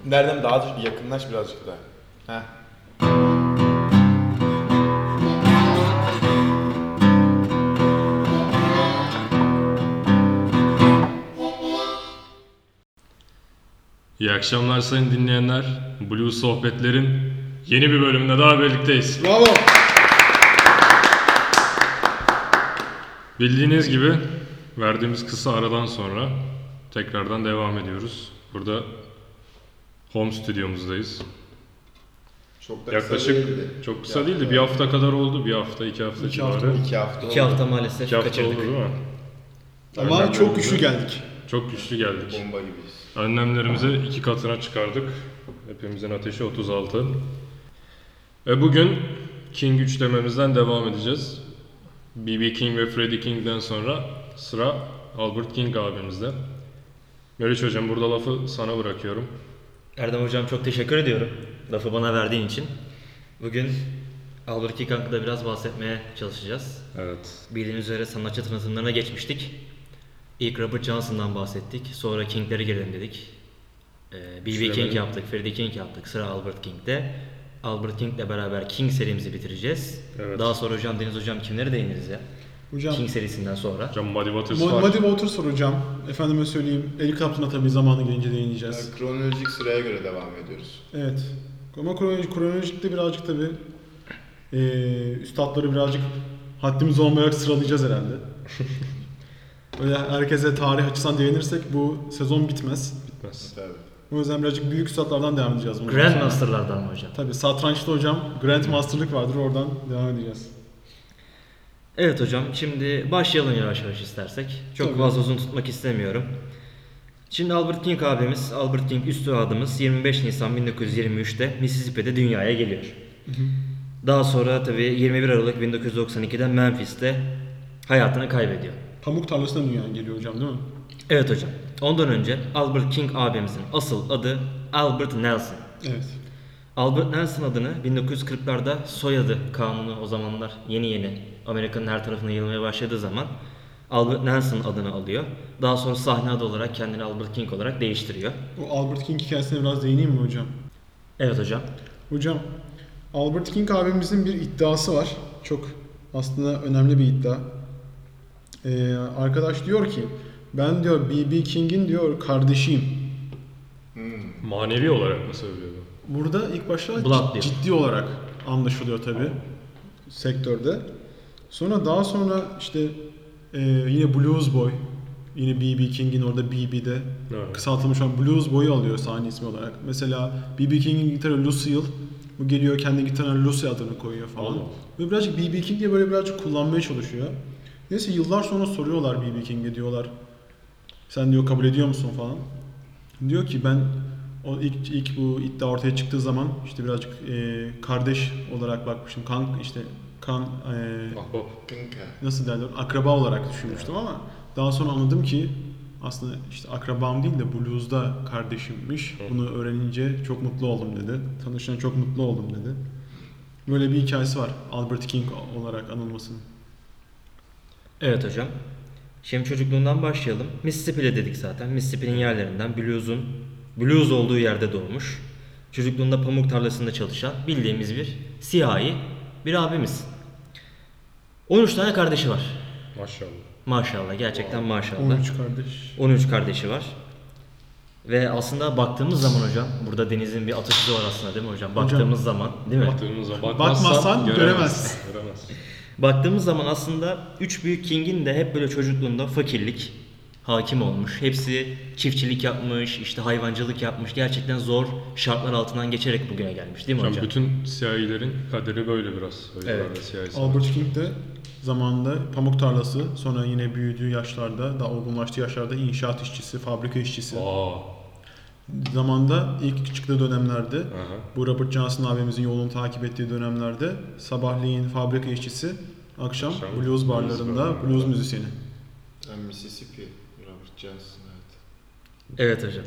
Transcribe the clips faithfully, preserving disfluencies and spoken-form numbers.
Nereden daha yakınlaş birazcık daha. Heh. İyi akşamlar sayın dinleyenler. Blues Sohbetler'in yeni bir bölümünde daha birlikteyiz. Bravo. Bildiğiniz gibi verdiğimiz kısa aradan sonra tekrardan devam ediyoruz. Burada home stüdyomuzdayız. Çok da Yaklaşık kısa değildi. çok kısa Bir değildi. hafta. Bir hafta kadar oldu. Bir hafta, iki hafta İki civarı. hafta oldu. İki hafta İki oldu. hafta maalesef İki hafta kaçırdık. oldu değil mi? Ama Önlemlerimize- çok güçlü geldik. Çok güçlü geldik. Bomba gibiyiz. Önlemlerimizi iki katına çıkardık. Hepimizin ateşi otuz altı. Ve bugün King üçlememizden devam edeceğiz. B B King ve Freddie King'den sonra sıra Albert King abimizde. Meriç hocam, burada lafı sana bırakıyorum. Erdem hocam çok teşekkür ediyorum lafı bana verdiğin için. Bugün Albert King hakkında biraz bahsetmeye çalışacağız. Evet. Bildiğiniz üzere sanatçı tanıtımlarına geçmiştik. İlk Robert Johnson'dan bahsettik. Sonra King'lere gelelim dedik. Ee, B B King Üçlemenin- yaptık, Freddie King yaptık. Sıra Albert King'de. Albert King'le beraber King serimizi bitireceğiz. Evet. Daha sonra hocam Deniz hocam kimlere değiniriz ya? Hocam, King serisinden sonra. Hocam Muddy Waters Mud- var. Muddy Waters var hocam. Efendime söyleyeyim, Eric Clapton'a tabii zamanı gelince değineceğiz. Yani kronolojik sıraya göre devam ediyoruz. Evet. Ama kronolojik, kronolojikte birazcık tabii ee, üstadları birazcık haddimiz olmayarak sıralayacağız herhalde. Öyle herkese tarih açısından değinirsek bu sezon bitmez. Bitmez. Tabii. O yüzden birazcık büyük üstadlardan devam edeceğiz. bundan sonra. Grandmaster'lardan mı hocam? Tabii satrançta hocam Grandmaster'lık vardır, oradan devam edeceğiz. Evet hocam, şimdi başlayalım yavaş yavaş istersek. Çok Tabii. fazla uzun tutmak istemiyorum. Şimdi Albert King abimiz, Albert King üstadımız yirmi beş Nisan bin dokuz yüz yirmi üç'te Mississippi'de dünyaya geliyor. Daha sonra tabii yirmi bir Aralık bin dokuz yüz doksan iki'de Memphis'te hayatını kaybediyor. Pamuk tarlasına dünyaya geliyor hocam, değil mi? Evet hocam, ondan önce Albert King abimizin asıl adı Albert Nelson. Evet. Albert Nelson adını bin dokuz yüz kırk'larda soyadı kanunu o zamanlar yeni yeni Amerika'nın her tarafına yayılmaya başladığı zaman Albert Nelson adını alıyor. Daha sonra sahne adı olarak kendini Albert King olarak değiştiriyor. O Albert King hikayesine biraz değineyim mi hocam? Evet hocam. Hocam, Albert King abimizin bir iddiası var. Çok aslında önemli bir iddia. Ee, arkadaş diyor ki, ben diyor B B King'in diyor kardeşiyim. Hmm. Manevi olarak mı söylüyordu? Burada ilk başta Blood cid- diyor. ciddi olarak anlaşılıyor tabii sektörde. Sonra daha sonra işte e, yine Blues Boy, yine B B King'in orada B B'de Evet. kısaltılmış olan Blues Boy'u alıyor sahne ismi olarak. Mesela B B King'in gitarı Lucille, bu geliyor kendi gitarına Lucy adını koyuyor falan. Allah. Ve birazcık B B King diye böyle birazcık kullanmaya çalışıyor. Neyse yıllar sonra soruyorlar B B King'e, diyorlar sen diyor kabul ediyor musun falan. Diyor ki ben o ilk ilk bu iddia ortaya çıktığı zaman işte birazcık e, kardeş olarak bakmıştım. Kan işte kan e, Ahbap. Kınka. nasıl derler, akraba olarak düşünmüştüm ama daha sonra anladım ki aslında işte akrabam değil de blues'da kardeşimmiş. Bunu öğrenince çok mutlu oldum dedi. Tanıştığına çok mutlu oldum dedi. Böyle bir hikayesi var Albert King olarak anılmasının. Evet hocam. Şimdi çocukluğundan başlayalım. Mississippi'de dedik zaten. Mississippi'nin yerlerinden blues'un blues olduğu yerde doğmuş. Çocukluğunda pamuk tarlasında çalışan bildiğimiz bir siyahi bir abimiz. on üç tane kardeşi var. Maşallah. Maşallah, gerçekten maşallah. on üç kardeş. on üç kardeşi var. Ve aslında baktığımız zaman hocam, burada Deniz'in bir atasözü var aslında değil mi hocam? Baktığımız zaman, değil mi? Baktığımız zaman Bakmazsan göremezsin. göremezsin. Göremezsin. Baktığımız zaman aslında üç büyük King'in de hep böyle çocukluğunda fakirlik hakim olmuş. Hepsi çiftçilik yapmış, işte hayvancılık yapmış. Gerçekten zor şartlar altından geçerek bugüne gelmiş değil mi Hocam hocam? bütün siyahilerin kaderi böyle biraz. O Evet. yıllarda siyahisi var. Albert King de zamanında pamuk tarlası, sonra yine büyüdüğü yaşlarda, daha olgunlaştığı yaşlarda inşaat işçisi, fabrika işçisi. Aa. Zamanında ilk çıktığı dönemlerde, Aha. bu Robert Johnson abimizin yolunu takip ettiği dönemlerde sabahleyin fabrika işçisi, akşam, Akşam blues blues barlarında barlarında. blues müzisyeni. Yani Mississippi. Robert Johnson, evet. Evet hocam.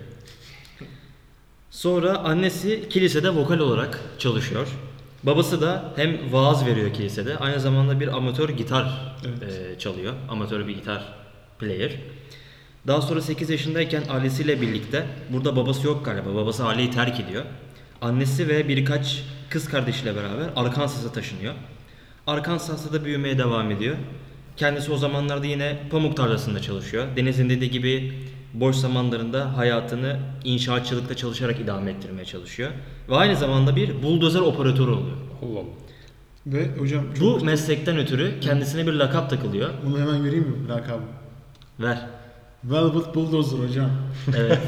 Sonra annesi kilisede vokal olarak çalışıyor. Babası da hem vaaz veriyor kilisede, aynı zamanda bir amatör gitar Evet. e, çalıyor. Amatör bir gitar player. Daha sonra sekiz yaşındayken ailesiyle birlikte, burada babası yok galiba, babası aileyi terk ediyor. Annesi ve birkaç kız kardeşiyle beraber Arkansas'a taşınıyor. Arkansas'ta da büyümeye devam ediyor. Kendisi o zamanlarda yine pamuk tarlasında çalışıyor. Deniz'in dediği gibi boş zamanlarında hayatını inşaatçılıkta çalışarak idame ettirmeye çalışıyor. Ve aynı zamanda bir buldozer operatörü oluyor. Allah Allah. Ve hocam çok Bu meslekten ötürü kendisine bir lakap takılıyor. bunu hemen vereyim mi lakabı? Ver. Velvet Bulldozer hocam. Evet.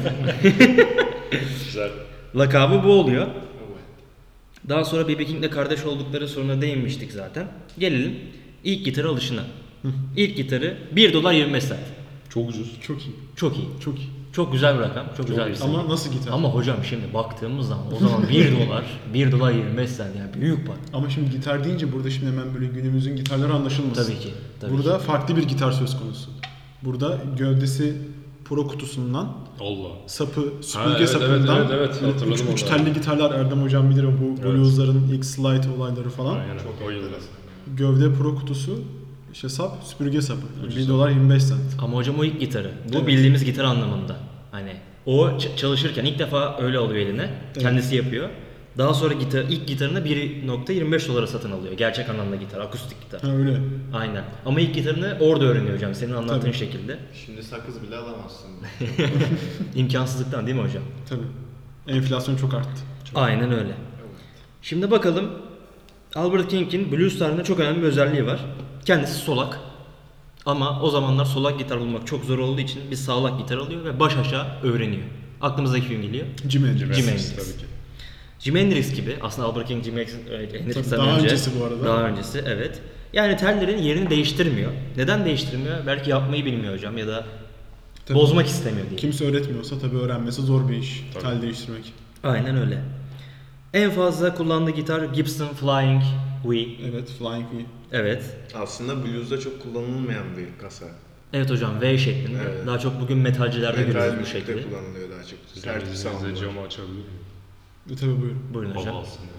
Güzel. Lakabı bu oluyor. Evet. Daha sonra B B. King'le kardeş oldukları soruna değinmiştik zaten. Gelelim ilk gitarı alışına. İlk gitarı bir dolar yirmi beş sent. Çok ucuz. Çok iyi. Çok iyi. Çok iyi. Çok güzel bir rakam. Çok, güzel bir sayı. Ama nasıl gitar? Ama hocam şimdi baktığımız zaman o zaman bir dolar, bir dolar yirmi beş sent yani büyük para. Ama şimdi gitar deyince burada şimdi hemen böyle günümüzün gitarları anlaşılmasın. Tabii ki. Tabii Burada ki. farklı bir gitar söz konusu. Burada gövdesi pro kutusundan, Allah. sapı Ha, süpürge evet, sapından, evet, evet, evet. Hatırladım üç, üç onları. telli gitarlar Erdem hocam bilir o bu Evet. bluesların ilk slide olayları falan. Aynen. Çok O yıllar. enteresan. Gövde pro kutusu, işte sap, süpürge sapı. Ucuz. bir dolar yirmi beş sent. Ama hocam o ilk gitarı. Bu Evet. bildiğimiz gitar anlamında. Hani o ç- çalışırken ilk defa öyle alıyor eline. Kendisi yapıyor. Daha sonra gitar, ilk gitarını bir nokta yirmi beş dolara satın alıyor. Gerçek anlamda gitar, akustik gitar. Ha öyle. Aynen. Ama ilk gitarını orada öğreniyor hocam senin anlattığın Tabii. şekilde. Şimdi sakız bile alamazsın. İmkansızlıktan değil mi hocam? Tabii. Enflasyon çok arttı. Aynen öyle. Evet. Şimdi bakalım Albert King'in blues tarihinde çok önemli bir özelliği var. Kendisi solak. Ama o zamanlar solak gitar bulmak çok zor olduğu için bir sağlak gitar alıyor ve baş aşağı öğreniyor. Aklımızdaki kim geliyor? Jimi Hendrix. Jimi Hendrix. Tabii ki. Jimi Hendrix gibi. Aslında Albert King, Jimi Hendrix'ten Tabii, daha önce. öncesi bu arada. Daha öncesi evet. Yani tellerin yerini değiştirmiyor. Neden değiştirmiyor? Belki yapmayı bilmiyor hocam ya da Tabii. bozmak istemiyor diye. Kimse öğretmiyorsa tabii öğrenmesi zor bir iş. Tabii. Tel değiştirmek. Aynen öyle. En fazla kullandığı gitar Gibson Flying V. Evet, Flying V. Evet. Aslında blues'da çok kullanılmayan bir kasa. Evet hocam V şeklinde. Evet. Daha çok bugün metalcilerde Metal görüyoruz bu müzikte şekli. kullanılıyor daha çok. Sizin Sert bir sound izninizle var. camı açabilir miyim? E, tabii buyurun. Buyurun hocam. Hava alsın.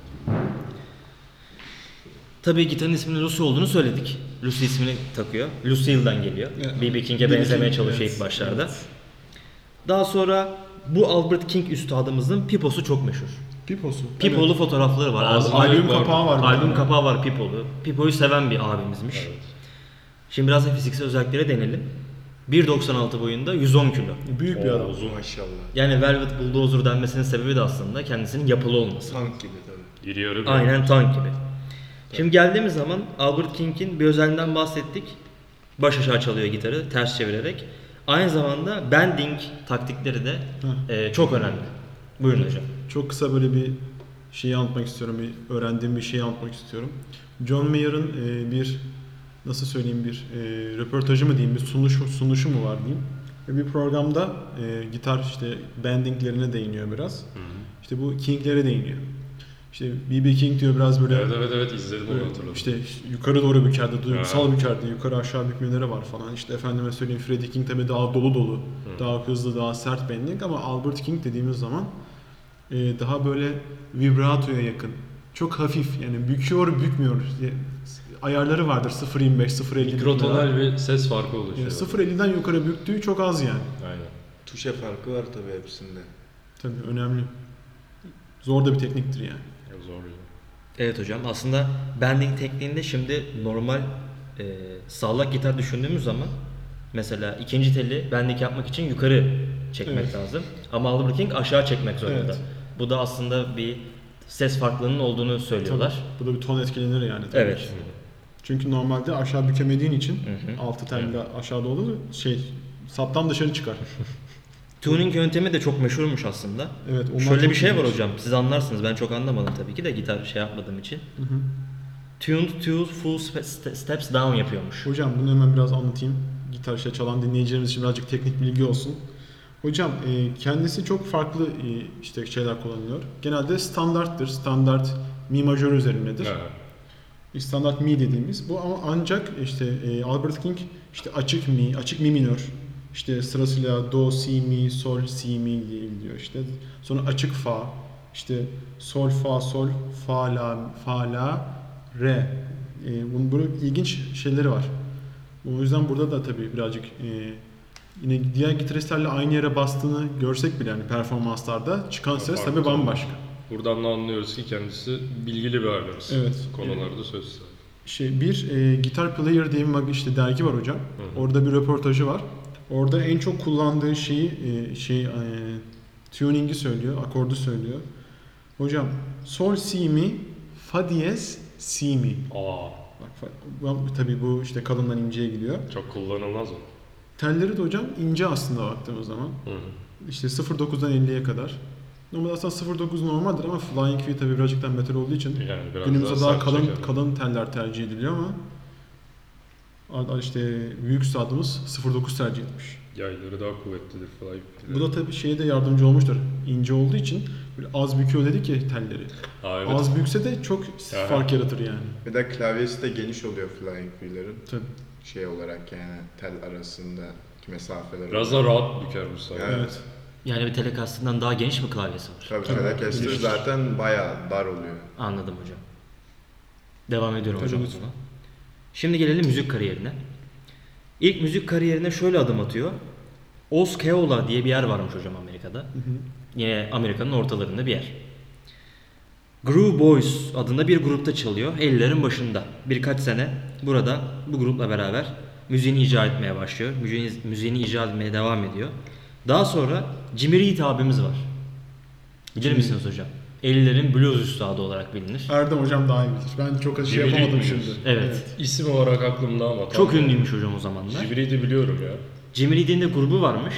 Tabii gitarın isminin Lucy olduğunu söyledik. Lucy ismini takıyor. Lucille'dan geliyor. Evet. B B. King'e B B. benzemeye King, çalışıyor evet, ilk başlarda. evet. Daha sonra bu Albert King üstadımızın piposu çok meşhur. Piposu. Pipolu Evet. fotoğrafları var. Ağzında Albüm, Albüm var. kapağı var. bir albüm tane. kapağı var Pipolu. Pipo'yu seven bir abimizmiş. Evet. Şimdi biraz da fiziksel özelliklere değinelim. bir doksan altı boyunda yüz on kilo. Büyük bir Oo, adam. uzun. Maşallah. Yani Velvet Bulldozer denmesinin sebebi de aslında kendisinin yapılı olması. Tank gibi tabii. İri yarı bir. Aynen tank gibi. Şimdi geldiğimiz zaman Albert King'in bir özelliğinden bahsettik. Baş aşağı çalıyor gitarı ters çevirerek. Aynı zamanda bending taktikleri de e, çok önemli. Buyurun hocam. Çok kısa böyle bir şeyi anlatmak istiyorum. Bir öğrendiğim bir şeyi anlatmak istiyorum. John Mayer'ın e, bir nasıl söyleyeyim bir e, röportajı mı diyeyim bir sunuş, sunuşu mu var diyeyim. Ve bir programda e, gitar işte bendinglerine değiniyor biraz. Hı hı. İşte bu King'lere değiniyor. İşte B B. King diyor biraz böyle Evet evet evet izledim onu hatırladım. işte yukarı doğru bükerdi, duygusal Ha. bükerdi, yukarı aşağı bükmeleri var falan. İşte efendime söyleyeyim Freddie King tabii daha dolu dolu, daha hızlı, daha sert bending ama Albert King dediğimiz zaman e, daha böyle vibratoya yakın. Çok hafif yani büküyor, bükmüyor. İşte ayarları vardır sıfır virgül yirmi beş, sıfır virgül elli. Mikrotonal bir ses farkı oluşuyor. Yani sıfır virgül elliden yukarı büktüğü çok az yani. Aynen. Tuşa farkı var tabii hepsinde. Tabii önemli. Zor da bir tekniktir yani. Ya zor ya. Evet hocam aslında bending tekniğinde şimdi normal e, sağlak gitar düşündüğümüz zaman mesela ikinci teli bending yapmak için yukarı çekmek Evet. lazım. Ama Albert King aşağı çekmek zorunda. Evet. Bu da aslında bir ses farklılığının olduğunu söylüyorlar. Bu da bir ton etkilenir yani. Tabii Evet. ki. Çünkü normalde aşağı bükemediğin için Hı hı. altı telli aşağıda olur şey saptan dışarı çıkar. Tuning yöntemi de çok meşhurmuş aslında. Evet. onlar Şöyle çok bir şey var ilginç. hocam. Siz anlarsınız. Ben çok anlamadım tabii ki de gitar şey yapmadığım için. Hı hı. Tuned to full spe- ste- steps down yapıyormuş. Hocam bunu hemen biraz anlatayım. Gitar işte çalan dinleyicilerimiz için birazcık teknik bilgi olsun. Hocam e, kendisi çok farklı e, işte şeyler kullanılıyor. Genelde standarttır. Standart mi majör üzerindedir. Ha. Standart mi dediğimiz bu ama ancak işte e, Albert King işte açık mi, açık mi minör. İşte sırasıyla do, si, mi, sol, si, mi diye gidiyor işte. Sonra açık fa, işte sol, fa, sol, fa, la, fa, la, re. E, bunun, bunun ilginç şeyleri var. O yüzden burada da tabii birazcık e, yine diğer gitaristlerle aynı yere bastığını görsek bile yani performanslarda çıkan ses Farklı tabii tabii. bambaşka. Buradan da anlıyoruz ki kendisi bilgili bir abimiz. Evet. Konularda söz sahibi. Şey bir e, Guitar Player diye bir mag- işte dergi var hocam. Hı hı. Orada bir röportajı var. Orada en çok kullandığı şeyi e, şey e, tuning'i söylüyor, akordu söylüyor. Hocam sol si mi, fa diyez si mi. Aa, Bak fa- tabii bu işte kalından inceye gidiyor. çok kullanılmaz o. Telleri de hocam ince aslında baktığımız zaman. Hı hı. İşte sıfır nokta dokuzdan elliye kadar. Normalde aslında sıfır nokta dokuz normaldir ama Flying V tabii birazcık daha metal olduğu için Yani biraz günümüzde daha daha sert kalın çeker. kalın teller tercih ediliyor ama a- işte büyük üstadımız sıfır nokta dokuz tercih etmiş. Yayları daha kuvvetlidir falan. Bu da tabii şeye de yardımcı olmuştur. İnce olduğu için böyle az büküyor dedi ki telleri. Aa, evet. Az bükse de çok Aha. fark yaratır yani. Bir de klavyesi de geniş oluyor Flying V'lerin. Tabii. Şey olarak yani tel arasındaki mesafeler. Biraz da rahat büker bu sayede. Evet. Evet. Yani bir Telecast'ından daha geniş bir klavyesi var. Tabii Tabii. Telecaster Geniş. zaten bayağı dar oluyor. Anladım hocam. Devam ediyorum Tabii, hocam o lütfen. zaman. Şimdi gelelim müzik kariyerine. İlk müzik kariyerine şöyle adım atıyor. Osceola diye bir yer varmış hocam Amerika'da. Hı hı. Yine Amerika'nın ortalarında bir yer. Groove Boys adında bir grupta çalıyor. ellilerin başında. Birkaç sene burada bu grupla beraber müziğini icra etmeye başlıyor. Müziğini, müziğini icra etmeye devam ediyor. Daha sonra Jimmy Reed abimiz var. Bilir Jimmy. misiniz hocam? ellilerin blues üstadı olarak bilinir. Erdem hocam daha iyi bilir. Ben çok şey Jimmy Reed yapamadım mi şimdi. diyorsun? Evet. İsim olarak aklımda ama. Çok tam- ünlüymüş hocam o zamanlar. Jimmy Reed'i biliyorum ya. Jimmy Reed'in de grubu varmış.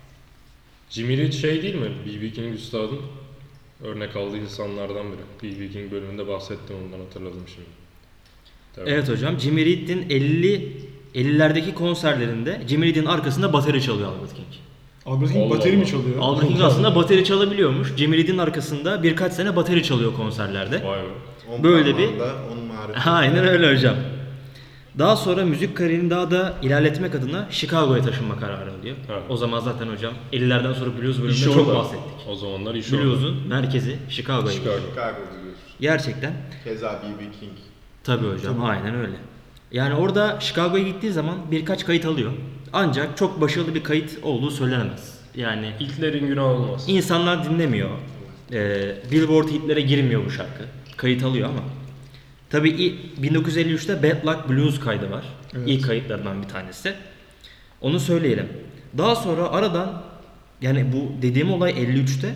Jimmy Reed şey değil mi? B B King üstadın örnek aldığı insanlardan biri. B B King bölümünde bahsettim, ondan hatırladım şimdi. Tabii. Evet hocam, Jimmy Reed'in elli ellilerdeki konserlerinde Jimmy Reed'in arkasında bateri çalıyor Albert King. Albert King Allah bateri Allah. mi çalıyor? Albert King aslında bateri çalabiliyormuş. Jimmy Reed'in arkasında birkaç sene bateri çalıyor konserlerde. Vay be. On Böyle bir- parmağında, on marifet. Aynen öyle hocam. Daha sonra müzik kariyerini daha da ilerletmek adına Chicago'ya taşınma kararı alıyor. Evet. O zaman zaten hocam ellilerden sonra blues bölümünde İş çok orada. bahsettik. O zamanlar iş orada. Blues'un merkezi Chicago'ya Chicago. gidiyor. Chicago diyorsun. Gerçekten. Keza B B King. Tabii hocam, aynen öyle. Yani orada Chicago'ya gittiği zaman birkaç kayıt alıyor. Ancak çok başarılı bir kayıt olduğu söylenemez. Yani İlklerin günahı olmaz. insanlar dinlemiyor. Ee, Billboard hitlere girmiyor bu şarkı. Kayıt alıyor ama. Tabii i- bin dokuz yüz elli üçte Bad Luck Blues kaydı var. Evet. İlk kayıtlarından bir tanesi. Onu söyleyelim. Daha sonra aradan, yani bu dediğim olay elli üçte.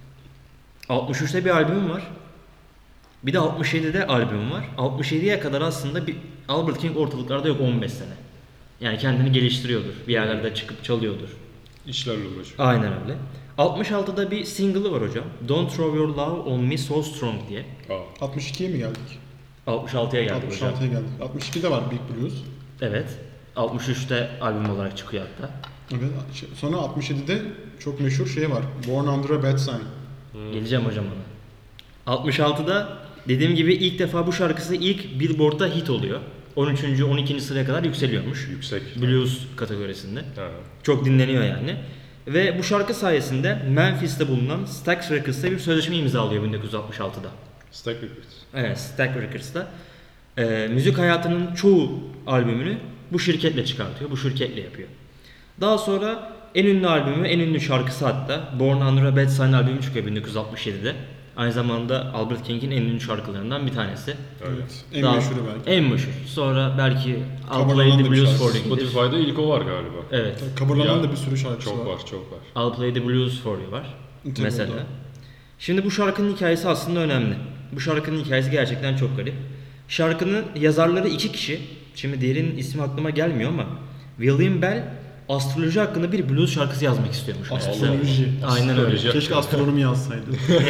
altmış üçte bir albüm var. Bir de altmış yedide albüm var. altmış yediye kadar aslında bir Albert King ortalıklarda yok, on beş sene. Yani kendini geliştiriyordur. Bir yerlerde çıkıp çalıyordur. İşlerle uğraşıyor. Aynen öyle. altmış altıda bir single'ı var hocam. Don't Throw Your Love On Me So Strong diye. Aa. altmış ikiye mi geldik? altmış altıya geldik altmış hocam. altıya geldik. altmış ikide var Big Blues. Evet. altmış üçte albüm olarak çıkıyor hatta. Evet. şey- Sonra altmış yedide çok meşhur şey var. Born Under a Bad Sign. Geleceğim hocam ona. altmış altıda dediğim gibi ilk defa bu şarkısı ilk Billboard'da hit oluyor. on üçüncü on ikinci sıraya kadar yükseliyormuş. Yüksek. Blues kategorisinde. Ha. Çok dinleniyor yani. Ve bu şarkı sayesinde Memphis'te bulunan Stax Records'ta bir sözleşme imzalıyor bin dokuz yüz altmış altıda. Stack Records. Evet, Stax Records'ta. Ee, müzik hayatının çoğu albümünü bu şirketle çıkartıyor, bu şirketle yapıyor. Daha sonra en ünlü albümü, en ünlü şarkısı hatta Born Under a Bad Sign albümü çıkıyor bin dokuz yüz altmış yedide. Aynı zamanda Albert King'in en ünlü şarkılarından bir tanesi. Öyle. Evet. En Daha- meşhuru belki. En meşhur. Sonra belki I'll Coverlanan Play da the bir Blues şarkısı. for You gibidir. Spotify'da ilk o var galiba. Evet. Coverlanan Ya, da bir sürü şarkısı Çok var. var, çok var. I'll Play the Blues for You var. Tabii mesela. o da. Şimdi bu şarkının hikayesi aslında önemli. Bu şarkının hikayesi gerçekten çok garip. Şarkının yazarları iki kişi. Şimdi diğerinin ismi aklıma gelmiyor ama William Bell astroloji hakkında bir blues şarkısı yazmak istiyormuş. mesela. Astroloji. Aynen öyle. Astroloji. Keşke astronomi yazsaydı.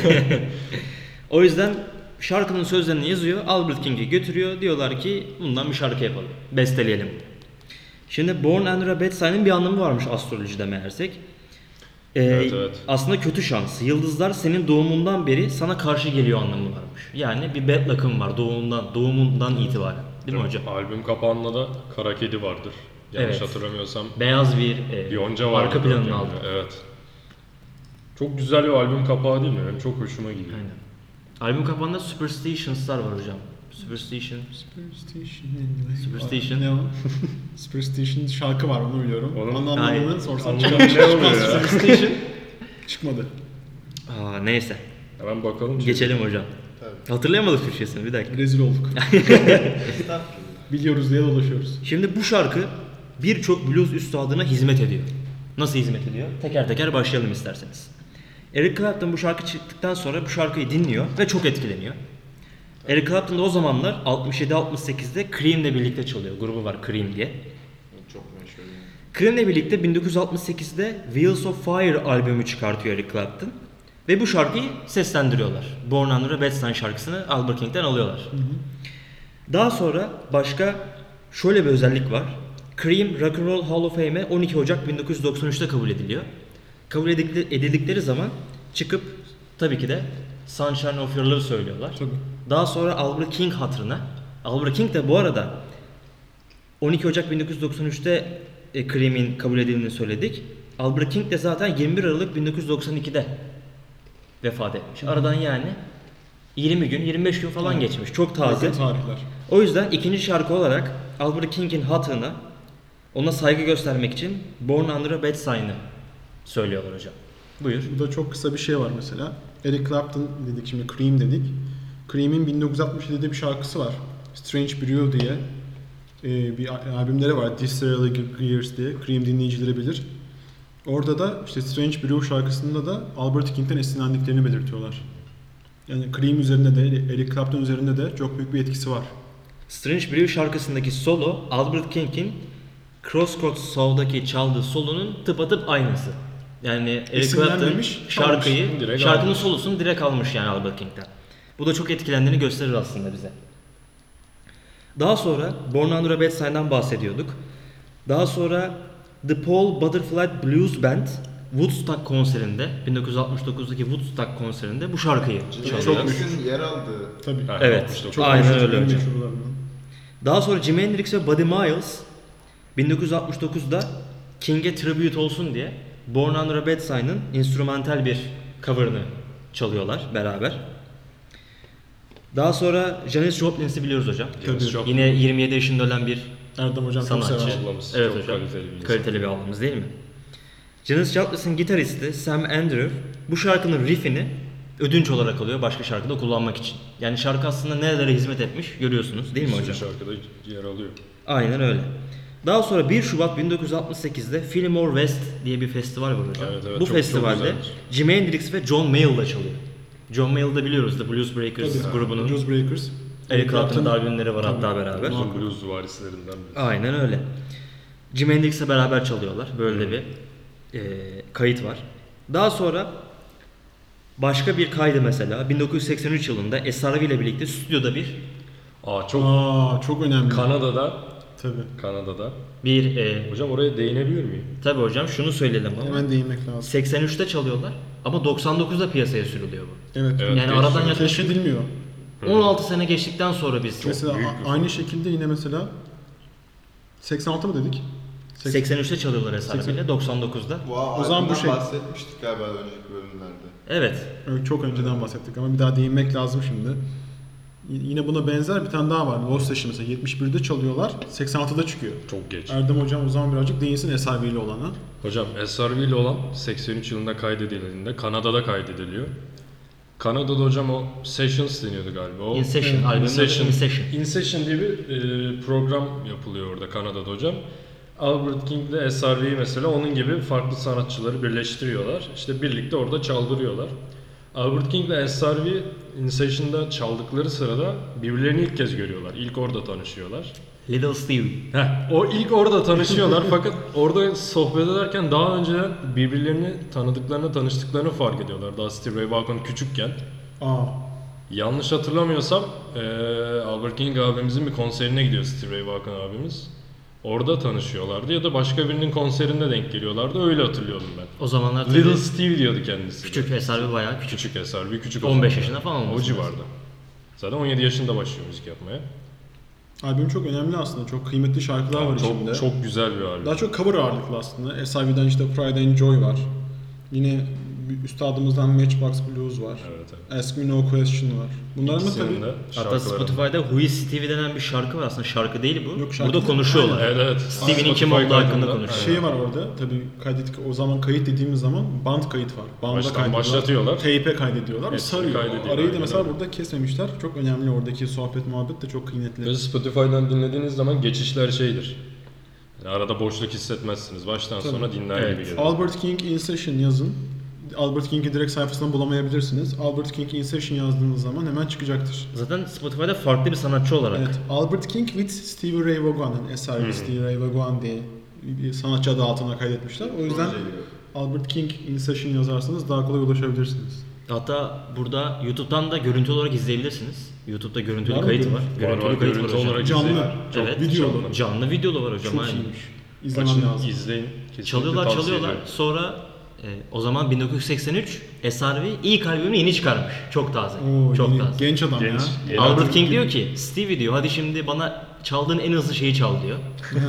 O yüzden şarkının sözlerini yazıyor, Albert King'e götürüyor. Diyorlar ki bundan bir şarkı yapalım, besteleyelim. Şimdi Born Under a Bad Sign'ın bir anlamı varmış astrolojide meğersek. Ee, Evet, evet. Aslında kötü şans. Yıldızlar senin doğumundan beri sana karşı geliyor anlamı varmış. Yani bir bad luck'ın var doğumundan, doğumundan itibaren. Değil mi hocam? Albüm kapağında da kara kedi vardır. Yanlış Evet. hatırlamıyorsam. Beyaz bir e, Bir yonca var. arka planını aldı. Evet. Çok güzel bir albüm kapağı değil mi? Benim çok hoşuma gidiyor. Aynen. Albüm kapağında Superstitions'lar var hocam. Superstition. Superstition. Superstition. Ne o? Superstition şarkı var onu biliyorum. Onun- Onun Hayır. anlamını sorsan Anlamı çıkmaz. ne oluyor ya? Superstition çıkmadı. Aa, neyse. Hemen bakalım. Geçelim hocam. Tabii. Hatırlayamadık Türkçesini bir dakika. Rezil olduk. Estağfurullah. Biliyoruz diye dolaşıyoruz. Şimdi bu şarkı birçok blues üstadına hizmet ediyor. Nasıl hizmet ediyor? Teker teker başlayalım isterseniz. Eric Clapton bu şarkı çıktıktan sonra bu şarkıyı dinliyor ve çok etkileniyor. Eric Clapton da o zamanlar altmış yedi altmış sekizde Cream'le birlikte çalıyor. Grubu var Cream diye. Çok meşhur yani. Cream'le birlikte bin dokuz yüz altmış sekizde Wheels of Fire albümü çıkartıyor Eric Clapton. Ve bu şarkıyı seslendiriyorlar. Born Under a Bad Sign şarkısını Albert King'den alıyorlar. Daha sonra başka şöyle bir özellik var. Cream Rock and Roll Hall of Fame'e on iki Ocak bin dokuz yüz doksan üçte kabul ediliyor. Kabul edildikleri zaman çıkıp tabii ki de Sunshine of Your Love söylüyorlar. Tabii. Daha sonra Albert King hatırına. Albert King de bu arada on iki Ocak bin dokuz yüz doksan üçte e, Cream'in kabul edildiğini söyledik. Albert King de zaten yirmi bir Aralık bin dokuz yüz doksan ikide vefat etmiş. Aradan yani yirmi gün, yirmi beş gün falan Evet. geçmiş. Çok taze. Yakın tarihler. O yüzden ikinci şarkı olarak Albert King'in hatırına, ona saygı göstermek için Born Under a Bad Sign'ı söylüyorlar hocam. Buyur. Burada çok kısa bir şey var mesela. Eric Clapton dedik, şimdi Cream dedik. Cream'in bin dokuz yüz altmış yedide bir şarkısı var. Strange Brew diye. Ee, bir albümleri var. This Really Gears diye. Cream dinleyicileri bilir. Orada da işte Strange Brew şarkısında da Albert King'den esinlendiklerini belirtiyorlar. Yani Cream üzerinde de, Eric Clapton üzerinde de çok büyük bir etkisi var. Strange Brew şarkısındaki solo Albert King'in Crossroads Saw'daki çaldığı solonun tıpatıp aynısı. Yani Eric Clapton Esinlenmemiş, şarkıyı, çalmış, direkt şarkının almış. solosunu direkt almış yani Albert King'den. Bu da çok etkilendiğini gösterir aslında bize. Daha sonra Born Under a Bad Sign'dan bahsediyorduk. Daha sonra The Paul Butterfly Blues Band Woodstock konserinde, bin dokuz yüz altmış dokuzdaki Woodstock konserinde bu şarkıyı çalıyor. Çok Hendrix'in yer aldığı. Tabii. Ha, Evet, altmış dokuz. çok aynen meşhur, öyle en hocam. meşhurlarından. Daha sonra Jimi Hendrix ve Buddy Miles bin dokuz yüz altmış dokuzda King'e tribute olsun diye Born Under a Bad Sign'ın instrumental bir cover'ını çalıyorlar beraber. Daha sonra Janis Joplin'i biliyoruz hocam. Janis Tabii. Joplin. Yine yirmi yedi yaşında ölen bir Erdem hocam çok sanatçı. sever. Ablamız. Evet Çok hocam. kaliteli bir insan. Kaliteli bir ablamız değil mi? Janis Joplin'in gitaristi Sam Andrew bu şarkının riffini ödünç olarak alıyor başka şarkıda kullanmak için. Yani şarkı aslında nerelere hizmet etmiş görüyorsunuz değil mi Bir sürü hocam? şarkıda yer alıyor. Aynen öyle. Daha sonra bir Şubat bin dokuz yüz altmış sekizde Fillmore West diye bir festival var hocam. Evet, evet, Bu çok- çok festivalde güzelmiş. Jimi Hendrix ve John Mayall da çalıyor. John Mayall'ı da biliyoruz The Blues Breakers Tabii. grubunun. Blues Breakers. Eric Clapton'ın da albümleri var Tabii. hatta beraber. Uzun blues varislerinden biri. Aynen öyle. Jimi Hendrix'le beraber çalıyorlar. Böyle de bir e, kayıt var. Daha sonra başka bir kaydı mesela bin dokuz yüz seksen üç yılında S R V ile birlikte stüdyoda bir Aa çok Aa çok önemli. Kanada'da Tabii. Kanada'da. bir e, Hocam oraya değinebiliyor muyum? tabii hocam şunu söyleyelim ama Hemen değinmek lazım. seksen üçte çalıyorlar ama doksan dokuzda piyasaya sürülüyor bu. Evet. Evet, Yani geç aradan sonra. yaklaşık Keşfedilmiyor. on altı sene geçtikten sonra biz Mesela büyük a- bir aynı şekilde yine mesela seksen altı mı dedik? Sek- seksen üçte çalıyorlar S R V ile doksan dokuzda. Bu O zaman bu albümden şey- bahsetmiştik galiba önceki bölümlerde. Evet. Evet, çok önceden bahsettik ama bir daha değinmek lazım şimdi. Y- Yine buna benzer bir tane daha var. Lost Session mesela yetmiş birde çalıyorlar, seksen altıda çıkıyor. Çok geç. Erdem hocam o zaman birazcık değinsin S R V ile olana. Hocam S R V ile olan seksen üç yılında kaydedildiğinde Kanada'da kaydediliyor. Kanada'da hocam o Sessions deniyordu galiba. O In Session, Evet, albümün In Session. In Session. In Session diye bir e, program yapılıyor orada Kanada'da hocam. Albert King ile S R V'yi mesela onun gibi farklı sanatçıları birleştiriyorlar. İşte birlikte orada çaldırıyorlar. Albert King ile S R V In Session'da çaldıkları sırada birbirlerini ilk kez görüyorlar. İlk orada tanışıyorlar. Little Steve. Heh, o ilk orada tanışıyorlar fakat orada sohbet ederken daha önce birbirlerini tanıdıklarını, tanıştıklarını fark ediyorlar. Daha Steve Ray Vaughan küçükken. Aa, Yanlış hatırlamıyorsam eee, Albert King abimizin bir konserine gidiyor Steve Ray Vaughan abimiz. Orada tanışıyorlardı ya da başka birinin konserinde denk geliyorlardı. Öyle hatırlıyorum ben. O zamanlar tabii Little Steve diyordu kendisi. küçük S R V bayağı küçük. Küçük S R V, küçük o on beş zaman. yaşında falan O olması civarda. Zaten on yedi yaşında başlıyor müzik yapmaya. albüm çok önemli aslında. Çok kıymetli şarkılar var içinde. Çok çok güzel bir albüm. Daha çok cover ağırlıklı aslında. S R V'den işte Pride and Joy var. Yine üstadımızdan Matchbox Blues var. Evet, evet. Ask Me No Question var. Bunlar ama İkisinin tabii de Hatta şarkıları. Spotify'da Who is Stevie denen bir şarkı var. Aslında şarkı değil bu. Yok, şarkı Burada değil. konuşuyorlar. Evet, evet. Stevie'nin kim Spotify olduğu hakkında kaydında. konuşuyor. şey var orada. Tabii kaydet o zaman kayıt dediğimiz zaman band kayıt var. Banda Baştan kaydediyorlar. başlatıyorlar. Tape'e kaydediyorlar. Hepsini Sarıyor. kaydediyorlar, Arayı da aynen mesela öyle. burada kesmemişler. Çok önemli, oradaki sohbet muhabbet de çok kıymetli. Ve Spotify'dan dinlediğiniz zaman geçişler şeydir. Yani arada boşluk hissetmezsiniz. Baştan Tabii. sona dinler Evet. gibi gelir. Albert King In Session yazın. Albert King'i direkt sayfasından bulamayabilirsiniz. Albert King In Session yazdığınız zaman hemen çıkacaktır. Zaten Spotify'da farklı bir sanatçı olarak. Evet, Albert King with Stevie Ray Vaughan, yani eser Hmm. Stevie Ray Vaughan diye bir sanatçı adı altına kaydetmişler. O yüzden Albert King In Session yazarsanız daha kolay ulaşabilirsiniz. Hatta burada YouTube'dan da görüntü olarak izleyebilirsiniz. YouTube'da görüntülü Var mı kayıt görüntü? var. Var, Görüntülü var, kayıt görüntü var hocam. olarak Canlı, izleyin. çok Evet, videolu. canlı. Canlı videolu var hocam. Çok aynen. iyiymiş. İzlemen Açın, lazım. izleyin. Kesinlikle Çalıyorlar tavsiye çalıyorlar. ediyorum. Sonra e, o zaman bin dokuz yüz seksen üç S R V ilk albümünü yeni çıkarmış. Çok taze. Oo, çok yeni- taze. genç adam Genç, ya. yeni Albert adam. King diyor ki Stevie diyor hadi şimdi bana çaldığın en hızlı şeyi çal diyor.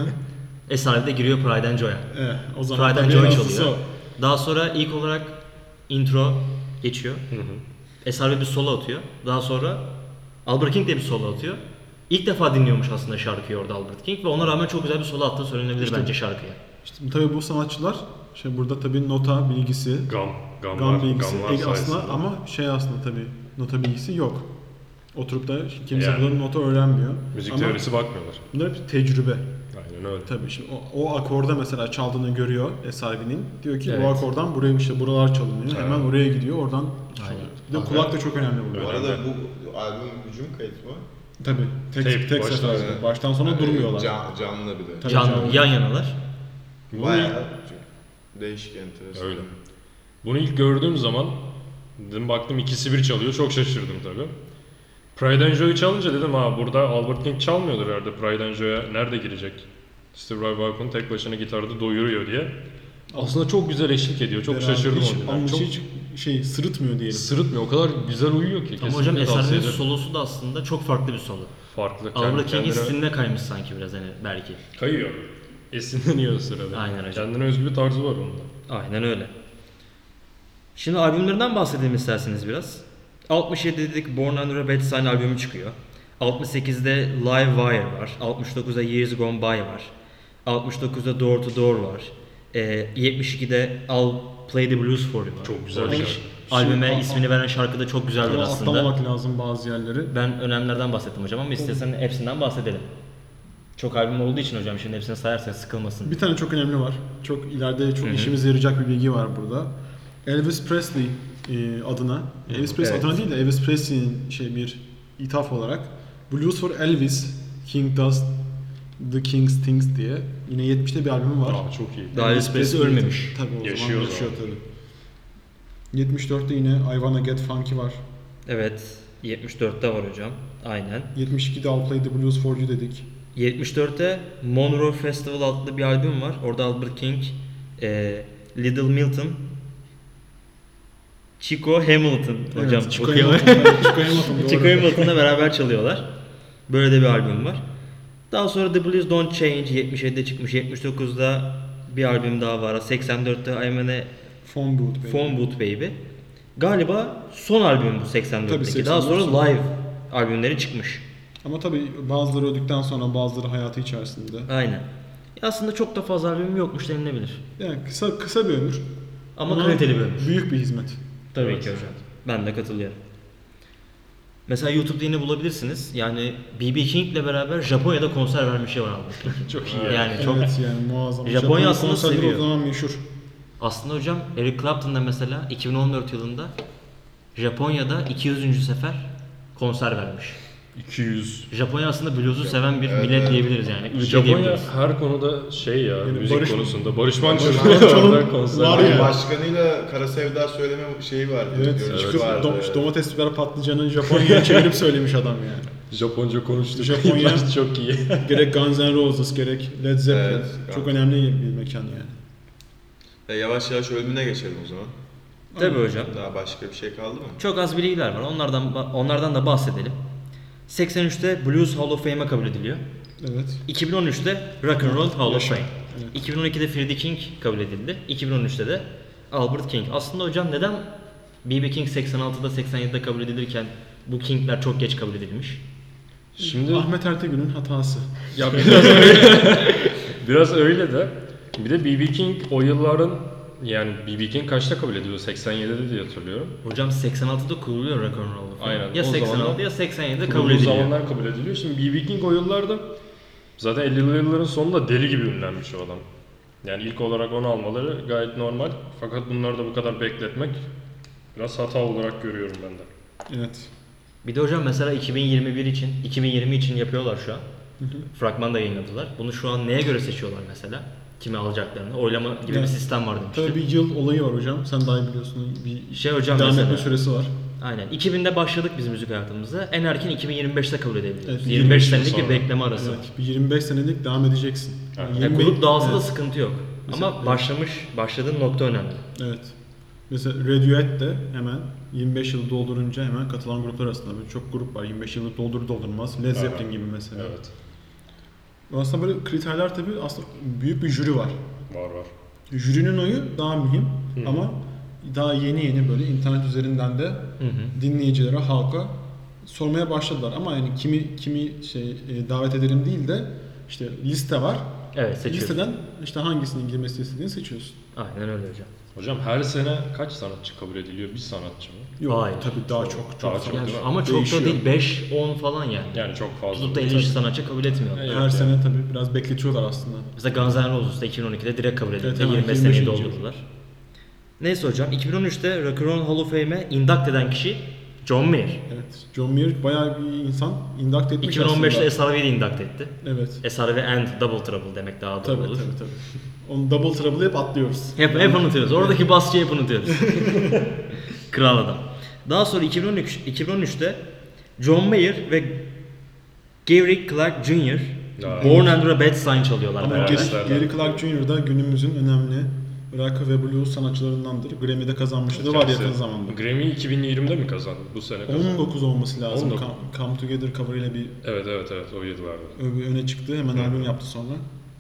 S R V'de giriyor Pride and Joy'a. Evet, o zaman Pride and tabii Joy en hızlısı çalıyor. o. Daha sonra ilk olarak intro geçiyor. Hı hı. S R V bir solo atıyor. Daha sonra Albert King de bir solo atıyor. İlk defa dinliyormuş aslında şarkıyı orada Albert King ve ona rağmen çok güzel bir solo attığı söylenebilir İşte- bence şarkıya. İşte tabii bu sanatçılar, şey burada tabii nota bilgisi, Gam. Gamlar, gam bilgisi gamlar e, aslında sayesinde. ama şey aslında tabii nota bilgisi yok. Oturup da kimse Yani. bunların nota öğrenmiyor. Müzik Ama teorisi bakmıyorlar. bunlar hep tecrübe. Aynen öyle. Tabii şimdi o, o akorda mesela çaldığını görüyor S R V'nin. Diyor ki Evet. bu akordan buraya işte buralar çalınıyor. Evet. Hemen oraya gidiyor. Oradan Aynen. bir de kulak da çok önemli burada. Bu Öyle. arada bu albüm hücum kayıt mı? Tabii. Tek Tape, tek baştan seferde. sona. Baştan sona Yani durmuyorlar. Can, canlı bir de. Tabii Canlı, canlı. yan yanalar. Bunu Bayağı değişik, enteresan. Öyle. Bunu ilk gördüğüm zaman dedim baktım ikisi bir çalıyor. Çok şaşırdım tabii. Pride and Joy'u çalınca dedim ha burada Albert King çalmıyordur herhalde. Pride and Joy'a nerede girecek? Steve Ray Vaughan tek başına gitarda doyuruyor diye. Aslında çok güzel eşlik ediyor. Çok Beraber şaşırdım hiç, ondan. almış Çok hiç şey sırıtmıyor diyelim. sırıtmıyor. O kadar güzel uyuyor ki. Ama hocam Kesinlikle S tavsiye R V'nin ederim. solosu da aslında çok farklı bir solo. Farklı. Albert King'in kendine stiline kaymış sanki biraz hani belki. kayıyor. Esinleniyor o sırada. Aynen hocam. Kendine özgü bir tarzı var onun da. Aynen öyle. Şimdi albümlerinden bahsedelim isterseniz biraz. altmış yedi dedik Born Under a Bad Sign albümü çıkıyor. altmış sekizde Live Wire var. altmış dokuzda Years Gone By var. altmış dokuzda Door to Door var. Ee, yetmiş ikide I'll Play the Blues For You var. Çok güzel Oradaki bir şarkı. albüme Şu- ismini veren şarkı da çok güzeldir Tabii aslında. atlamamak lazım bazı yerleri. Ben önemlerden bahsettim hocam ama istersen hepsinden bahsedelim. Çok albüm olduğu için hocam şimdi hepsini sayarsak sıkılmasın. Bir tane çok önemli var. Çok ileride çok Hı hı. işimize yarayacak bir bilgi var burada. Elvis Presley e, adına, Elvis Presley Evet. adına değil de Elvis Presley'in şey bir ithaf olarak Blues for Elvis, King Does the King's Things diye yine yetmişte bir albümü var. Aa, çok iyi. Daha Elvis Presley ölmemiş. Tabii o Yaşıyor zaman o yaşıyor zaman. tabii. yetmiş dörtte yine I Wanna Get Funky var. Evet. yetmiş dörtte var hocam. Aynen. yetmiş ikide I'll Play the Blues for You dedik. yetmiş dörtte Monroe Festival adlı bir albüm var. Orada Albert King, e, Little Milton, Chico Hamilton hocam Evet, Chico okuyamam. Hamilton, Chico Hamilton, doğru. Chico Hamilton'la beraber çalıyorlar. Böyle de bir albüm var. Daha sonra The Blues Don't Change yetmiş yedide çıkmış. yetmiş dokuzda bir albüm daha var. seksen dörtte I'm in a Phone Booth. baby. Phone Booth Baby. Galiba son albüm bu seksen dörtteki. Tabii, Daha seksen dört sonra son. live albümleri çıkmış. Ama tabii bazıları öldükten sonra bazıları hayatı içerisinde. Aynen. Ya aslında çok da fazla albüm yokmuş denilebilir. Yani kısa kısa bir ömür. Ama kaliteli bir ömür. Büyük bir hizmet. Tabii Evet. ki hocam. Ben de katılıyorum. Mesela YouTube'da yine bulabilirsiniz. Yani B B King'le beraber Japonya'da konser vermişi var Albert King. Çok iyi. Yani çok Evet yani muazzam. Japonya aslında konserleri seviyor. o zaman meşhur. aslında hocam Eric Clapton da mesela iki bin on dört yılında Japonya'da iki yüzüncü sefer konser vermiş. iki yüz. Japonya aslında blues'u seven bir Evet, millet evet. diyebiliriz yani. Ülke Japonya diyebiliriz. her konuda şey ya, Yani müzik barış- konusunda. Barış Manço Barış orada Manço'nun konser var veriyor. ya. Başkanıyla Kara Sevda söyleme şeyi vardı. Evet, görüntüsü çıkıp vardı. dom- domates biber patlıcanı Japonya'ya çevirip söylemiş adam yani. Japonca konuştuk. Japonya- çok iyi. Gerek Guns N' Roses gerek Led Zeppelin. Evet, Çok Guns. önemli bir mekan yani. E, yavaş yavaş ölümüne geçelim o zaman. Tabii hocam. Daha başka bir şey kaldı mı? Çok az bilgiler var. Onlardan onlardan da bahsedelim. seksen üçte Blues Hall of Fame'a kabul ediliyor. Evet. iki bin on üçte Rock and Roll Hall of Yaşa. Fame. Evet. iki bin on ikide Freddie King kabul edildi. iki bin on üçte de Albert King. Aslında hocam neden B B King seksen altıda seksen yedide kabul edilirken bu King'ler çok geç kabul edilmiş? Şimdi Ahmet Ertegün'ün hatası. ya biraz öyle, biraz öyle de bir de B B King o yılların yani B B King kaçta kabul ediliyor? seksen yedide diye hatırlıyorum. Hocam seksen altıda kuruluyor Rock and Roll of Fame. Aynen, Ya o seksen altı zamanlar ya seksen yedide kabul Kurulduğu ediliyor. zamanlar kabul ediliyor. Şimdi B B King o yıllarda zaten ellili yılların sonunda deli gibi ünlenmiş o adam. Yani ilk olarak onu almaları gayet normal. Fakat bunları da bu kadar bekletmek biraz hata olarak görüyorum ben de. Evet. Bir de hocam mesela iki bin yirmi bir için, iki bin yirmi için yapıyorlar şu an. Hı hı. Fragman da yayınladılar. Bunu şu an neye göre seçiyorlar mesela? Kimi alacaklarını? Oylama gibi Yani, bir sistem var demiştim. Tabii bir yıl olayı var hocam. Sen daha iyi biliyorsun. Bir Şey hocam devam mesela- etme süresi var. Aynen. iki binde başladık biz müzik hayatımıza. En erken iki bin yirmi beşte kabul edebiliyoruz. Evet, yirmi yirmi beş yıl senelik bir sonra. bekleme arası var. Evet, bir yirmi beş senelik devam edeceksin. Evet. Yani yirmi beş grup dağılsa da evet. sıkıntı yok. Mesela- Ama başlamış, başladığın nokta önemli. Evet. Mesela Radiohead de hemen yirmi beş yılı doldurunca hemen katılan gruplar arasında böyle çok grup var. yirmi beş yılı doldurur doldurmaz. Led Zeppelin Evet. gibi mesela. Evet. Aslında böyle kriterler tabii aslında büyük bir jüri var. Var var. Jürinin oyu daha mühim Hı. ama daha yeni yeni böyle internet üzerinden de Hı hı. dinleyicilere, halka sormaya başladılar. Ama yani kimi kimi şey e, davet edelim değil de işte liste var. Evet, seçiyorsun. Listeden işte hangisinin girmesi istediğini seçiyorsun. Aynen öyle hocam. Hocam her sene kaç sanatçı kabul ediliyor? Bir sanatçı mı? Yok Hayır. tabii daha çok çok Daha fazla. çok. Yani değil mi? ama çok Değişiyor. da değil. beş on falan yani. Yani çok fazla. Tutup da elli sanatçı kabul etmiyor. Evet. Her sene tabii biraz bekletiyorlar aslında. Mesela Guns N' Roses da iki bin on ikide direkt kabul edildi. Evet, hemen yirmi beş yirmi beşinci seneyi doldurdular. Neyse hocam iki bin on üçte Rock and Roll Hall of Fame'e induct eden kişi John Mayer. Evet. John Mayer bayağı bir insan induct etmiş iki bin on beşte aslında. S R V'yi de induct etti. Evet. S R V and Double Trouble demek daha doğru Tabii olur. tabii tabii. Onu double trouble'ı hep atlıyoruz. Hep, hep unutuyoruz. Oradaki basçıyı hep unutuyoruz. Kral adam. Daha sonra iki bin on üç, iki bin on üçte John Mayer ve Gary Clark Junior Ya. Born Under a Bad Sign çalıyorlar Ama beraber. Gary, Gary Clark Junior da günümüzün önemli rock ve blues sanatçılarındandır. Grammy'de kazanmıştı da var Kendisi yakın zamanda. Grammy iki bin yirmide mi kazandı? Bu sene kazandı. on dokuz olması lazım. on dokuz. Come, Come Together cover ile bir Evet evet evet o yıllarda. ö- öne çıktı. Hemen Hı. albüm yaptı sonra.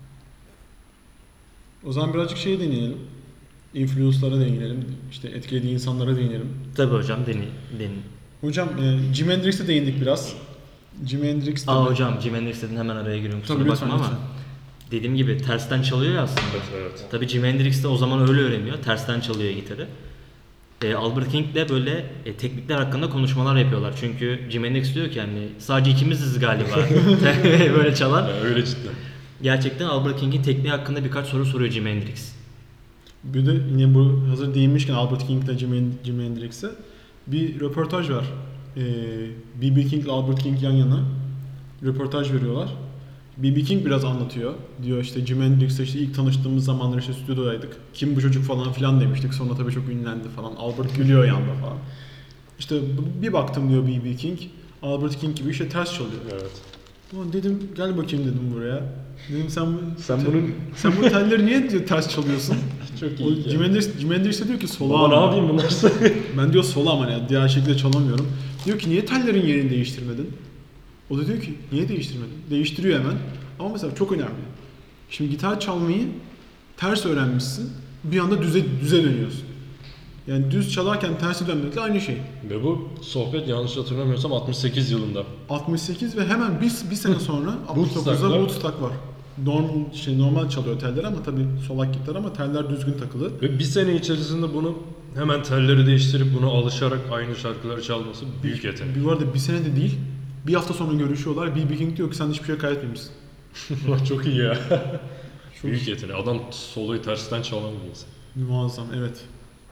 O zaman birazcık şeye değinelim. Influence'lara değinelim. İşte etkilediği insanlara değinelim. Tabii hocam denin. denin. Hocam e, Jimi Hendrix'e değindik biraz. Jimi Hendrix de... Aa hocam Jimi Hendrix dedin hemen araya giriyorum kusura Tabii, lütfen, bakma ama lütfen. dediğim gibi tersten çalıyor ya aslında. Evet evet. Tabii Jimi Hendrix de o zaman öyle öğreniyor. Tersten çalıyor gitarı. E, Albert King de böyle e, teknikler hakkında konuşmalar yapıyorlar. Çünkü Jimi Hendrix diyor ki hani sadece ikimiziz galiba böyle çalan. Yani öyle cidden. Gerçekten Albert King'in tekniği hakkında birkaç soru soruyor Jimi Hendrix. Bir de yine bu hazır değinmişken Albert King ile Jimi, Jimi Hendrix'e bir röportaj var. Ee, B B King ile Albert King yan yana röportaj veriyorlar. B B King biraz anlatıyor. Diyor işte Jimi Hendrix'le işte ilk tanıştığımız zamanlar işte stüdyodaydık. Kim bu çocuk falan filan demiştik. Sonra tabii çok ünlendi falan. Albert gülüyor yanda falan. İşte bir baktım diyor B B King. Albert King gibi işte ters çalıyor. Evet. Ulan dedim gel bakayım dedim buraya. Dedim sen bu Sen bunun- sen bu telleri niye diyor, ters çalıyorsun? Çok O iyi. Jimi Hendrix, Jimi Hendrix de diyor ki sola Baba ne ama. yapayım bunlar? Ben diyor sola ama yani diğer şekilde çalamıyorum. Diyor ki niye tellerin yerini değiştirmedin? O da diyor ki niye değiştirmedin? Değiştiriyor hemen. Ama mesela çok önemli. Şimdi gitar çalmayı ters öğrenmişsin. Bir anda düze düze dönüyorsun. Yani düz çalarken tersi dönmekle aynı şey. Ve bu sohbet yanlış hatırlamıyorsam altmış sekiz yılında. altmış sekiz ve hemen bir, bir sene sonra altmış dokuzda Woodstock'la- Woodstock var. Norm, şey, normal çalıyor teller ama tabii solak gitar ama teller düzgün takılı. Ve bir sene içerisinde bunu hemen telleri değiştirip buna alışarak aynı şarkıları çalması büyük yetenek. Bir arada bir sene de değil. Bir hafta sonra görüşüyorlar. B B King diyor ki sen hiçbir şey kaybetmemişsin. Çok iyi ya. Çok büyük yetenek. Adam soloyu tersten çalan bir insan. Muazzam evet.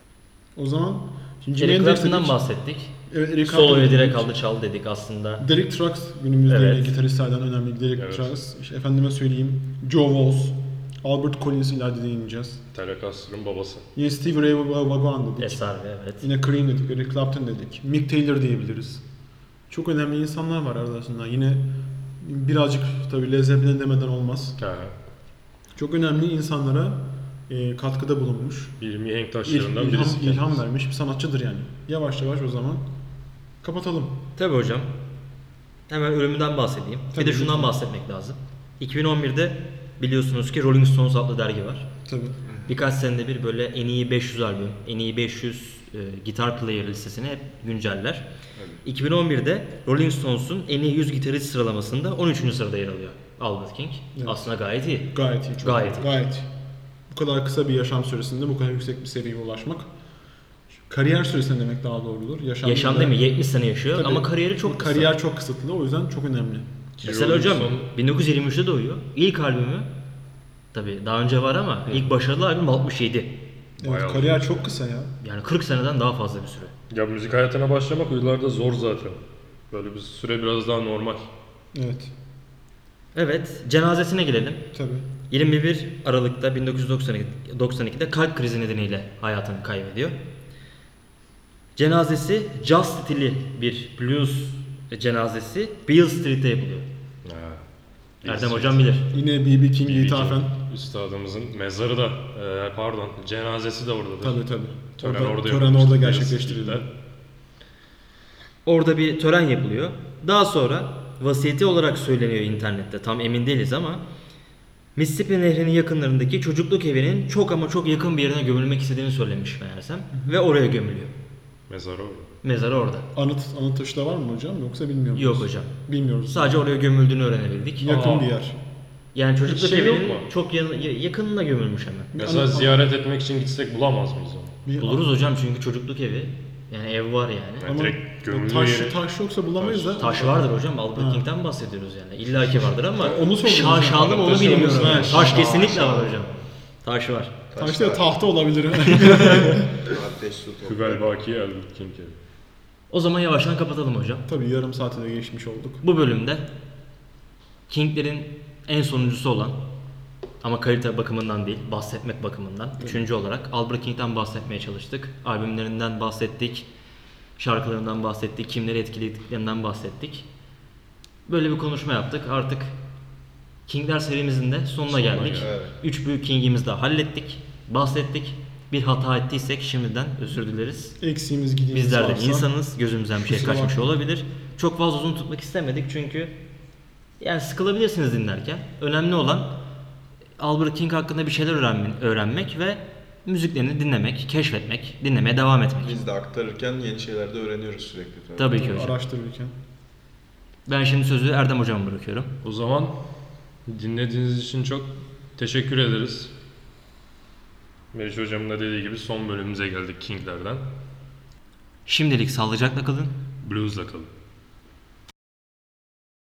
O zaman şimdi Jimi Eric Hendrix Clapton'dan dedik. bahsettik. Evet, Eric Clapton Soloyu direkt dedik. aldı çal dedik aslında. Derek Trucks günümüzde Evet. yine gitaristlerden önemli. Derek Evet. Trucks. İşte efendime söyleyeyim. Joe Walsh. Albert Collins ileride değineceğiz. Telecaster'ın babası. Yine Stevie Ray Vaughan dedik. S R V evet. Yine Cream dedik. Eric Clapton dedik. Mick Taylor diyebiliriz. Çok önemli insanlar var arasında. Yine birazcık tabii Led Zeppelin demeden olmaz. Ha. Çok önemli insanlara e, katkıda bulunmuş. Bir mihenk İl, taşlarından ilham, birisi. ilham kendisi. vermiş bir sanatçıdır yani. Yavaş yavaş o zaman kapatalım. Tabii hocam. Hemen ölümünden bahsedeyim. Tabii, bir de şundan lütfen. bahsetmek lazım. iki bin on birde biliyorsunuz ki Rolling Stones adlı dergi var. Tabii. birkaç senede bir böyle en iyi beş yüz albüm, en iyi beş yüz e, gitar player listesini hep günceller. Evet. iki bin on birde Rolling Stones'un en iyi yüz gitarist sıralamasında on üçüncü sırada yer alıyor Albert King. Evet. Aslında gayet iyi. Gayet iyi. Çok Gayet iyi. Gayet iyi. Bu kadar kısa bir yaşam süresinde bu kadar yüksek bir seviyeye ulaşmak. Kariyer süresine demek daha doğrudur. Yaşam, Yaşam değil mi? yetmiş sene yaşıyor Tabii, ama kariyeri çok kısa. Kariyer çok kısıtlı, o yüzden çok önemli. Mesela Rolling hocam Stone- bin dokuz yüz yirmi üçte doğuyor. İlk albümü tabii daha önce var ama ilk başarılı albüm altmış yedi. Evet, Bayağı kariyer çok kısa ya. Yani kırk seneden daha fazla bir süre. Ya müzik hayatına başlamak o yıllarda zor zaten. Böyle bir süre biraz daha normal. Evet, Evet, cenazesine gelelim. tabii. yirmi bir Aralık'ta bin dokuz yüz doksan ikide kalp krizi nedeniyle hayatını kaybediyor. Cenazesi jazz stili bir blues cenazesi Beale Street'te yapılıyor. Ha. Erdem hocam bilir. Yine B B King'e B B King ithafen. üstadımızın mezarı da e, pardon cenazesi de oradadır. Tabii tabii. Tören Orada- orada, tören yapılmıştır. orada Beale gerçekleştirildi. Street'te. Orada bir tören yapılıyor. Daha sonra vasiyeti olarak söyleniyor internette. Tam emin değiliz ama Mississippi Nehri'nin yakınlarındaki çocukluk evinin çok ama çok yakın bir yerine gömülmek istediğini söylemiş meğersem. Ve oraya gömülüyor. Mezarı orada. Mezarı orada. Anıt, anıt taşı da var mı hocam, yoksa bilmiyor musunuz? Yok hocam. Bilmiyoruz. Sadece oraya gömüldüğünü öğrenebildik. Yakın Aa. bir yer. Yani çocukluk Şey yok evinin mu? çok yanı- yakınına gömülmüş hemen. Mesela anıt- ziyaret etmek için gitsek bulamaz mıyız onu? Bir- Buluruz hocam çünkü çocukluk evi. Yani ev var yani. Yani Ama direkt gömüldüğü taş, yeri- taş yoksa bulamayız da. Taş vardır hocam. Albert Ha. King'den bahsediyoruz yani. İlla ki vardır ama Onu sordum şa hocam. şanlı mı onu Taşı bilmiyorum. olması- Yani. Ha, Taş şa- kesinlikle şa- var hocam. Taş var. Taşta da tahta olabilir. Ateş su toprak. Kübel Baki Albert King evi. O zaman yavaştan kapatalım hocam. Tabii yarım saate de geçmiş olduk. Bu bölümde King'lerin en sonuncusu olan ama kalite bakımından değil, bahsetmek bakımından üçüncü olarak Albert King'den bahsetmeye çalıştık. Albümlerinden bahsettik, şarkılarından bahsettik, kimleri etkilediklerinden bahsettik. Böyle bir konuşma yaptık. Artık Kingler serimizin de sonuna, Sonuna geldik. geldik. Evet. Üç büyük King'imizi de hallettik, bahsettik. Bir hata ettiysek şimdiden özür dileriz. Eksiğimiz gidiğimiz Bizler de varsa- insanız, gözümüzden bir şey Kusura kaçmış bakma. olabilir. Çok fazla uzun tutmak istemedik çünkü yani sıkılabilirsiniz dinlerken. Önemli olan Albert King hakkında bir şeyler öğrenme, öğrenmek ve müziklerini dinlemek, keşfetmek, dinlemeye devam etmek. Biz de aktarırken yeni şeyler de öğreniyoruz sürekli. Tabii. Tabii ki hocam. Araştırırken. Ben şimdi sözü Erdem hocama bırakıyorum. O zaman dinlediğiniz için çok teşekkür ederiz. Meriç hocamın da dediği gibi son bölümümüze geldik Kinglerden. Şimdilik sağlıcakla kalın. Blues'la kalın.